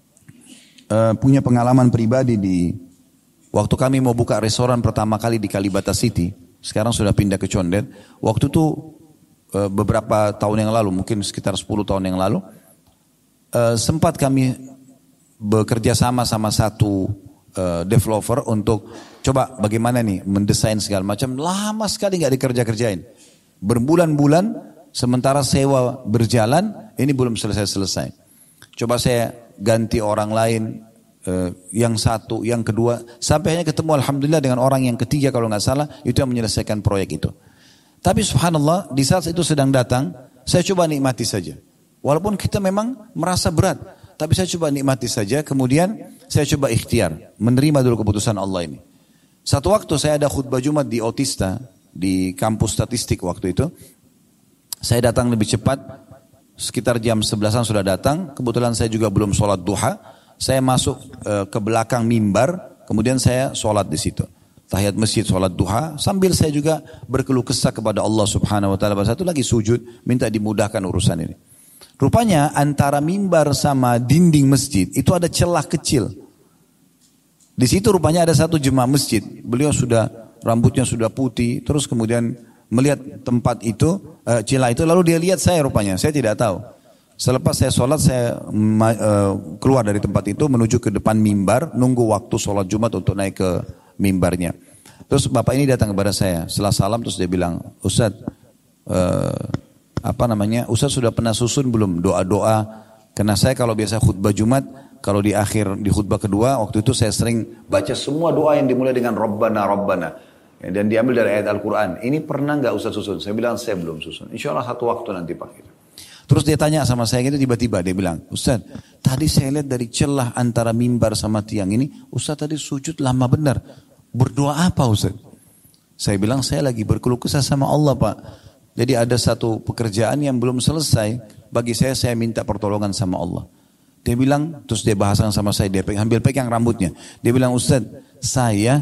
punya pengalaman pribadi di waktu kami mau buka restoran pertama kali di Kalibata City. Sekarang sudah pindah ke Condet. Waktu itu beberapa tahun yang lalu, mungkin sekitar 10 tahun yang lalu, sempat kami bekerja sama satu developer untuk coba bagaimana nih mendesain segala macam. Lama sekali nggak dikerja-kerjain. Berbulan-bulan, sementara sewa berjalan, ini belum selesai-selesai. Coba saya ganti orang lain, yang satu, yang kedua, sampai hanya ketemu alhamdulillah dengan orang yang ketiga kalau nggak salah, itu yang menyelesaikan proyek itu. Tapi subhanallah, di saat itu sedang datang, saya coba nikmati saja. Walaupun kita memang merasa berat, tapi saya coba nikmati saja, kemudian saya coba ikhtiar, menerima dulu keputusan Allah ini. Satu waktu saya ada khutbah Jumat di Otista, di kampus statistik waktu itu, saya datang lebih cepat, sekitar jam 11-an sudah datang, kebetulan saya juga belum sholat duha. Saya masuk ke belakang mimbar, kemudian saya sholat di situ. Tahiyat masjid, sholat duha, sambil saya juga berkeluh kesah kepada Allah Subhanahu Wa Taala. Satu lagi sujud, minta dimudahkan urusan ini. Rupanya antara mimbar sama dinding masjid itu ada celah kecil. Di situ rupanya ada satu jemaah masjid. Beliau sudah rambutnya sudah putih, terus kemudian melihat tempat itu, celah itu, lalu dia lihat saya rupanya. Saya tidak tahu. Selepas saya sholat, saya keluar dari tempat itu menuju ke depan mimbar, nunggu waktu sholat Jumat untuk naik ke mimbarnya. Terus bapak ini datang kepada saya, setelah salam terus dia bilang, Ustadz, Ustadz sudah pernah susun belum doa-doa? Karena saya kalau biasa khutbah Jumat, kalau di akhir di khutbah kedua, waktu itu saya sering baca semua doa yang dimulai dengan Rabbana, Rabbana. Dan diambil dari ayat Al-Quran. Ini pernah nggak Ustadz susun? Saya bilang saya belum susun. Insya Allah satu waktu nanti Pak. Terus dia tanya sama saya gitu, tiba-tiba dia bilang, Ustaz, tadi saya lihat dari celah antara mimbar sama tiang ini, Ustaz tadi sujud lama benar. Berdoa apa Ustaz? Saya bilang, saya lagi berkeluh kesah sama Allah Pak. Jadi ada satu pekerjaan yang belum selesai, bagi saya minta pertolongan sama Allah. Dia bilang, terus dia bahasan sama saya, dia ambil pegang rambutnya. Dia bilang, Ustaz, saya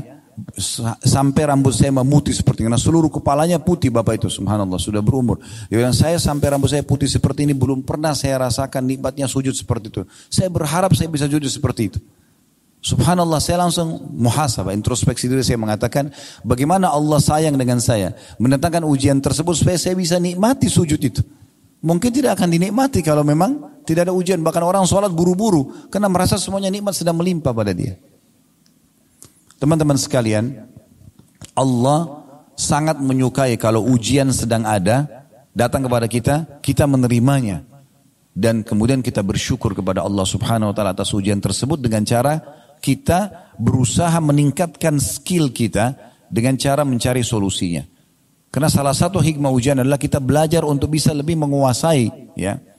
sampai rambut saya memutih seperti ini. Karena seluruh kepalanya putih bapak itu, subhanallah, sudah berumur. Dia bilang, saya sampai rambut saya putih seperti ini, belum pernah saya rasakan nikmatnya sujud seperti itu. Saya berharap saya bisa sujud seperti itu. Subhanallah, saya langsung muhasabah, introspeksi diri, saya mengatakan, bagaimana Allah sayang dengan saya, mendatangkan ujian tersebut supaya saya bisa nikmati sujud itu. Mungkin tidak akan dinikmati kalau memang tidak ada ujian. Bahkan orang sholat buru-buru, karena merasa semuanya nikmat sedang melimpah pada dia. Teman-teman sekalian, Allah sangat menyukai kalau ujian sedang ada, datang kepada kita, kita menerimanya. Dan kemudian kita bersyukur kepada Allah Subhanahu Wa Taala atas ujian tersebut dengan cara kita berusaha meningkatkan skill kita dengan cara mencari solusinya. Karena salah satu hikmah ujian adalah kita belajar untuk bisa lebih menguasai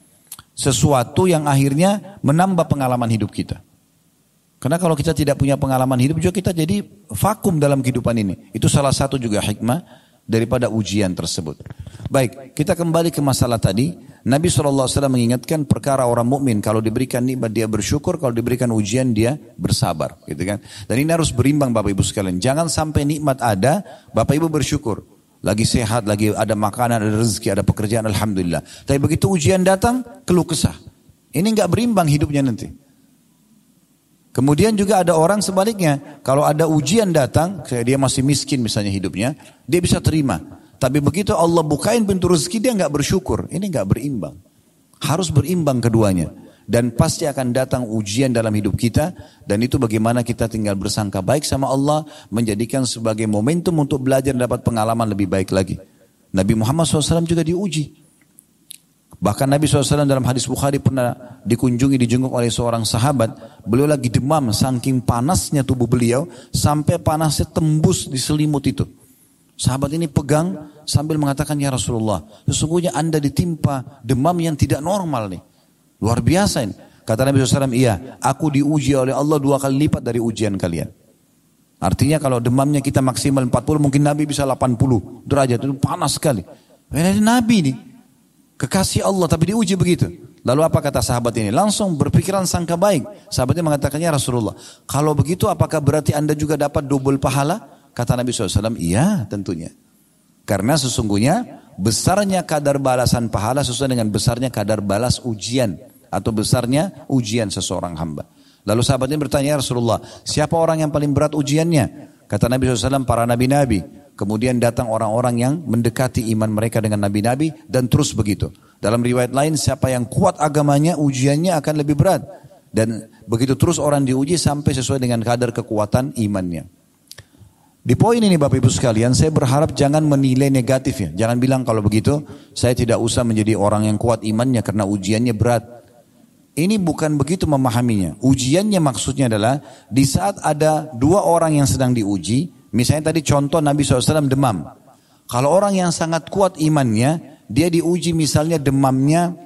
sesuatu yang akhirnya menambah pengalaman hidup kita. Karena kalau kita tidak punya pengalaman hidup juga kita jadi vakum dalam kehidupan ini. Itu salah satu juga hikmah daripada ujian tersebut. Baik, kita kembali ke masalah tadi. Nabi SAW mengingatkan perkara orang mukmin, kalau diberikan nikmat dia bersyukur, kalau diberikan ujian dia bersabar, gitu kan? Dan ini harus berimbang Bapak Ibu sekalian. Jangan sampai nikmat ada, Bapak Ibu bersyukur. Lagi sehat, lagi ada makanan, ada rezeki, ada pekerjaan, alhamdulillah. Tapi begitu ujian datang, keluh kesah. Ini enggak berimbang hidupnya nanti. Kemudian juga ada orang sebaliknya, kalau ada ujian datang, dia masih miskin misalnya hidupnya, dia bisa terima. Tapi begitu Allah bukain pintu rezeki, dia enggak bersyukur. Ini enggak berimbang. Harus berimbang keduanya. Dan pasti akan datang ujian dalam hidup kita, dan itu bagaimana kita tinggal bersangka baik sama Allah, menjadikan sebagai momentum untuk belajar dan dapat pengalaman lebih baik lagi. Nabi Muhammad SAW juga diuji. Bahkan Nabi SAW dalam hadis Bukhari pernah dijenguk oleh seorang sahabat. Beliau lagi demam, saking panasnya tubuh beliau, sampai panasnya tembus di selimut itu. Sahabat ini pegang sambil mengatakan, ya Rasulullah, sesungguhnya anda ditimpa demam yang tidak normal nih. Luar biasa ini. Kata Nabi SAW, iya, aku diuji oleh Allah 2 kali lipat dari ujian kalian. Artinya kalau demamnya kita maksimal 40, mungkin Nabi bisa 80 derajat, itu panas sekali. Ini Nabi nih, kekasih Allah tapi diuji begitu. Lalu apa kata sahabat ini? Langsung berpikiran sangka baik. Sahabatnya mengatakannya, Rasulullah, kalau begitu apakah berarti anda juga dapat double pahala? Kata Nabi SAW, iya tentunya. Karena sesungguhnya besarnya kadar balasan pahala sesuai dengan besarnya kadar balas ujian. Atau besarnya ujian seseorang hamba. Lalu sahabatnya bertanya, ya Rasulullah, siapa orang yang paling berat ujiannya? Kata Nabi SAW, para nabi-nabi. Kemudian datang orang-orang yang mendekati iman mereka dengan nabi-nabi dan terus begitu. Dalam riwayat lain siapa yang kuat agamanya ujiannya akan lebih berat. Dan begitu terus orang diuji sampai sesuai dengan kadar kekuatan imannya. Di poin ini Bapak Ibu sekalian saya berharap jangan menilai negatif ya. Jangan bilang kalau begitu saya tidak usah menjadi orang yang kuat imannya karena ujiannya berat. Ini bukan begitu memahaminya. Ujiannya maksudnya adalah di saat ada dua orang yang sedang diuji. Misalnya tadi contoh Nabi SAW demam. Kalau orang yang sangat kuat imannya, dia diuji misalnya demamnya,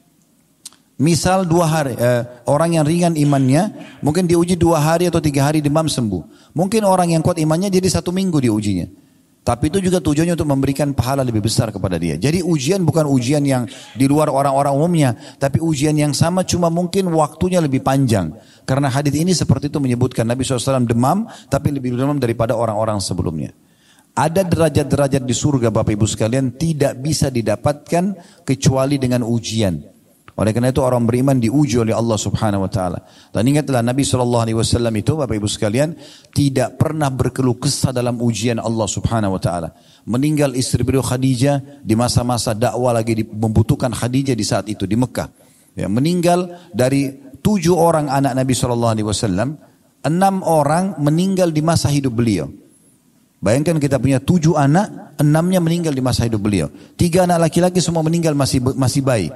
misal 2 hari. Orang yang ringan imannya, mungkin diuji 2 hari atau 3 hari demam sembuh. Mungkin orang yang kuat imannya jadi 1 minggu diujinya. Tapi itu juga tujuannya untuk memberikan pahala lebih besar kepada dia. Jadi ujian bukan ujian yang di luar orang-orang umumnya. Tapi ujian yang sama cuma mungkin waktunya lebih panjang. Karena hadis ini seperti itu menyebutkan Nabi SAW demam. Tapi lebih demam daripada orang-orang sebelumnya. Ada derajat-derajat di surga Bapak Ibu sekalian tidak bisa didapatkan kecuali dengan ujian. Oleh karena itu orang beriman diuji oleh Allah Subhanahu Wa Taala. Dan ingatlah Nabi SAW itu Bapak Ibu sekalian tidak pernah berkeluh kesah dalam ujian Allah Subhanahu Wa Taala. Meninggal istri beliau Khadijah di masa-masa dakwah lagi membutuhkan Khadijah di saat itu di Mekah. Ya, meninggal dari 7 orang anak Nabi SAW, 6 orang meninggal di masa hidup beliau. Bayangkan kita punya 7 anak, 6-nya meninggal di masa hidup beliau. 3 anak laki-laki semua meninggal masih bayi.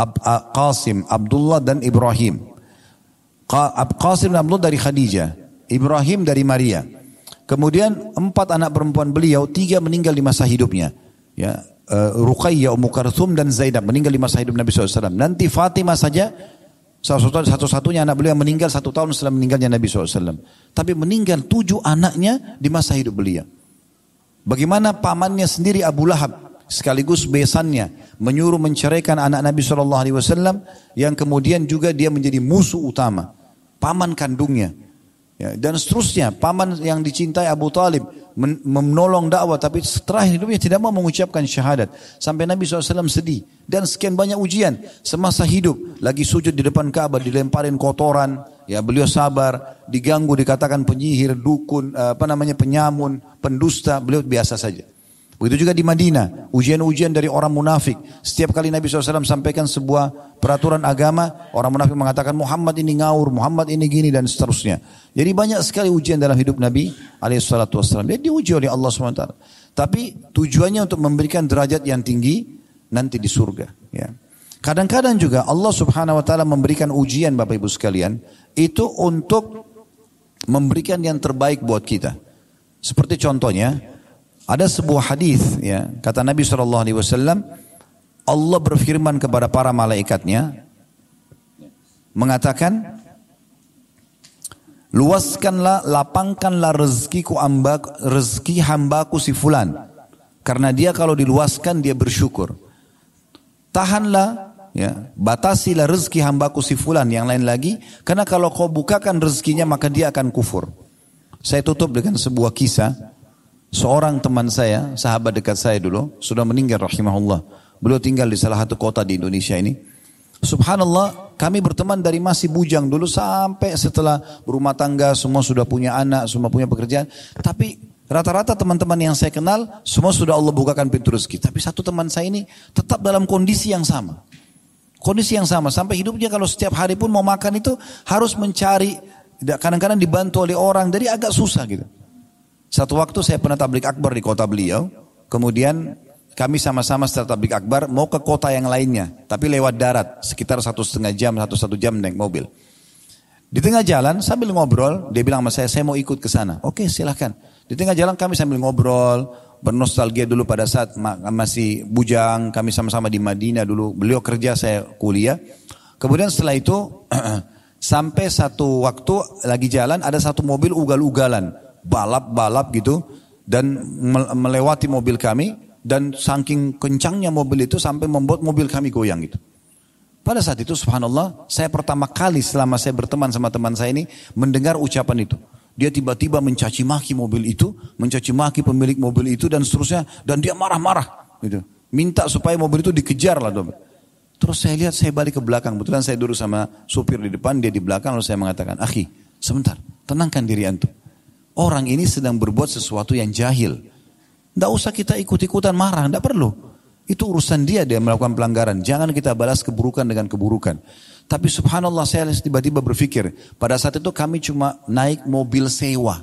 Qasim, Abdullah dan Ibrahim. Qasim dan Abdullah dari Khadijah, Ibrahim dari Maria. Kemudian 4 anak perempuan beliau, 3 meninggal di masa hidupnya. Ya, Ruqayyah, Ummu Kalthum dan Zainab meninggal di masa hidup Nabi SAW. Nanti Fatimah saja satu-satunya anak beliau yang meninggal 1 tahun setelah meninggalnya Nabi SAW. Tapi meninggal 7 anaknya di masa hidup beliau. Bagaimana pamannya sendiri Abu Lahab sekaligus besannya menyuruh menceraikan anak Nabi SAW yang kemudian juga dia menjadi musuh utama, paman kandungnya, ya, dan seterusnya. Paman yang dicintai Abu Talib menolong dakwah tapi setelah hidupnya tidak mau mengucapkan syahadat sampai Nabi SAW sedih. Dan sekian banyak ujian semasa hidup, lagi sujud di depan Ka'bah dilemparin kotoran, ya beliau sabar, diganggu dikatakan penyihir, dukun, penyamun, pendusta, beliau biasa saja. Begitu juga di Madinah, ujian-ujian dari orang munafik. Setiap kali Nabi SAW sampaikan sebuah peraturan agama, orang munafik mengatakan Muhammad ini ngawur, Muhammad ini gini dan seterusnya. Jadi banyak sekali ujian dalam hidup Nabi SAW. Dia diuji oleh Allah SWT. Tapi tujuannya untuk memberikan derajat yang tinggi nanti di surga. Ya. Kadang-kadang juga Allah Subhanahu Wa Taala memberikan ujian Bapak Ibu sekalian itu untuk memberikan yang terbaik buat kita. Seperti contohnya. Ada sebuah hadis, ya, kata Nabi SAW, Allah berfirman kepada para malaikatnya, mengatakan, luaskanlah, lapangkanlah rezeki hambaku si fulan, karena dia kalau diluaskan dia bersyukur. Tahanlah, ya, batasilah rezeki hambaku si fulan, yang lain lagi, karena kalau kau bukakan rezekinya maka dia akan kufur. Saya tutup dengan sebuah kisah. Seorang teman saya, sahabat dekat saya dulu, sudah meninggal rahimahullah. Beliau tinggal di salah satu kota di Indonesia ini. Subhanallah, kami berteman dari masih bujang dulu sampai setelah berumah tangga, semua sudah punya anak, semua punya pekerjaan. Tapi rata-rata teman-teman yang saya kenal, semua sudah Allah bukakan pintu rezeki. Tapi satu teman saya ini tetap dalam kondisi yang sama. Kondisi yang sama, sampai hidupnya kalau setiap hari pun mau makan itu harus mencari, kadang-kadang dibantu oleh orang, jadi agak susah gitu. Satu waktu saya pernah tablik akbar di kota beliau, kemudian kami sama-sama setelah tablik akbar mau ke kota yang lainnya, tapi lewat darat, sekitar 1,5 jam, 1 jam naik mobil. Di tengah jalan sambil ngobrol, dia bilang sama saya mau ikut ke sana. Oke, silahkan. Di tengah jalan kami sambil ngobrol, bernostalgia dulu pada saat masih bujang, kami sama-sama di Madinah dulu, beliau kerja, saya kuliah. Kemudian setelah itu, sampai satu waktu lagi jalan, ada satu mobil ugal-ugalan. Balap gitu dan melewati mobil kami dan saking kencangnya mobil itu sampai membuat mobil kami goyang gitu. Pada saat itu subhanallah saya pertama kali selama saya berteman sama teman saya ini mendengar ucapan itu. Dia tiba-tiba mencaci maki mobil itu, mencaci maki pemilik mobil itu dan seterusnya dan dia marah-marah gitu. Minta supaya mobil itu dikejar lah. Terus saya lihat, saya balik ke belakang, kebetulan saya duduk sama supir di depan, dia di belakang, lalu saya mengatakan, "Akhi, sebentar, tenangkan diri antum. Orang ini sedang berbuat sesuatu yang jahil. Tidak usah kita ikut-ikutan marah, tidak perlu. Itu urusan dia melakukan pelanggaran. Jangan kita balas keburukan dengan keburukan. Tapi subhanallah saya tiba-tiba berpikir, pada saat itu kami cuma naik mobil sewa.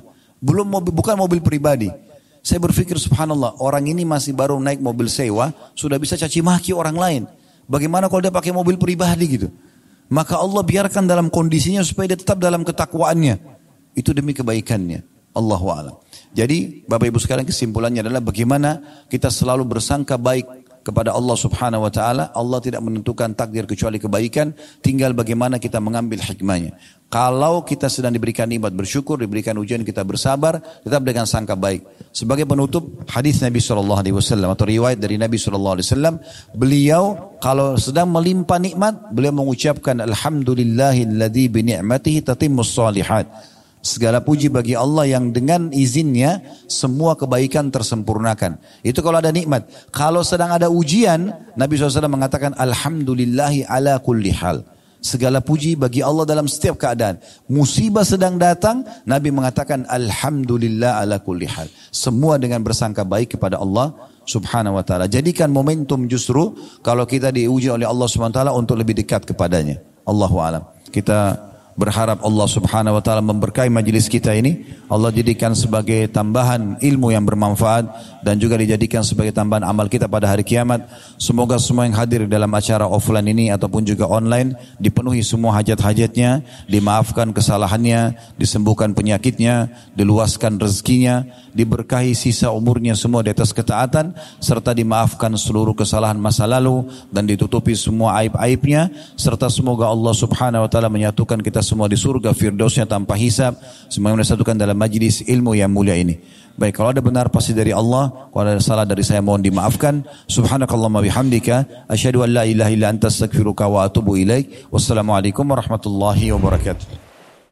Bukan mobil pribadi. Saya berpikir subhanallah, orang ini masih baru naik mobil sewa, sudah bisa caci maki orang lain. Bagaimana kalau dia pakai mobil pribadi gitu? Maka Allah biarkan dalam kondisinya supaya dia tetap dalam ketakwaannya. Itu demi kebaikannya. Allahu a'lam. Jadi Bapak Ibu sekalian, kesimpulannya adalah bagaimana kita selalu bersangka baik kepada Allah subhanahu wa ta'ala. Allah tidak menentukan takdir kecuali kebaikan, tinggal bagaimana kita mengambil hikmahnya. Kalau kita sedang diberikan nikmat bersyukur, diberikan ujian kita bersabar, tetap dengan sangka baik. Sebagai penutup hadis Nabi SAW atau riwayat dari Nabi SAW, beliau kalau sedang melimpah nikmat, beliau mengucapkan alhamdulillahilladzi bi ni'matihi tatimmus shalihat. Segala puji bagi Allah yang dengan izinnya semua kebaikan tersempurnakan. Itu kalau ada nikmat. Kalau sedang ada ujian, Nabi SAW mengatakan alhamdulillahi ala kulli hal. Segala puji bagi Allah dalam setiap keadaan. Musibah sedang datang, Nabi mengatakan alhamdulillah ala kulli hal. Semua dengan bersangka baik kepada Allah subhanahu wa ta'ala. Jadikan momentum justru kalau kita diuji oleh Allah subhanahu wa ta'ala untuk lebih dekat kepadanya. Allahu a'lam. Kita berharap Allah subhanahu wa ta'ala memberkahi majlis kita ini. Allah jadikan sebagai tambahan ilmu yang bermanfaat dan juga dijadikan sebagai tambahan amal kita pada hari kiamat. Semoga semua yang hadir dalam acara offline ini ataupun juga online dipenuhi semua hajat-hajatnya, dimaafkan kesalahannya, disembuhkan penyakitnya, diluaskan rezekinya, diberkahi sisa umurnya semua di atas ketaatan, serta dimaafkan seluruh kesalahan masa lalu dan ditutupi semua aib-aibnya, serta semoga Allah subhanahu wa ta'ala menyatukan kita semua di surga firdausnya tanpa hisab. Semoga disatukan dalam majlis ilmu yang mulia ini. Baik, kalau ada benar pasti dari Allah, kalau ada salah dari saya mohon dimaafkan. Subhanakallahumma bihamdika asyhadu an la ilaha illa anta astaghfiruka wa atubu ilaik. Wassalamualaikum warahmatullahi wabarakatuh.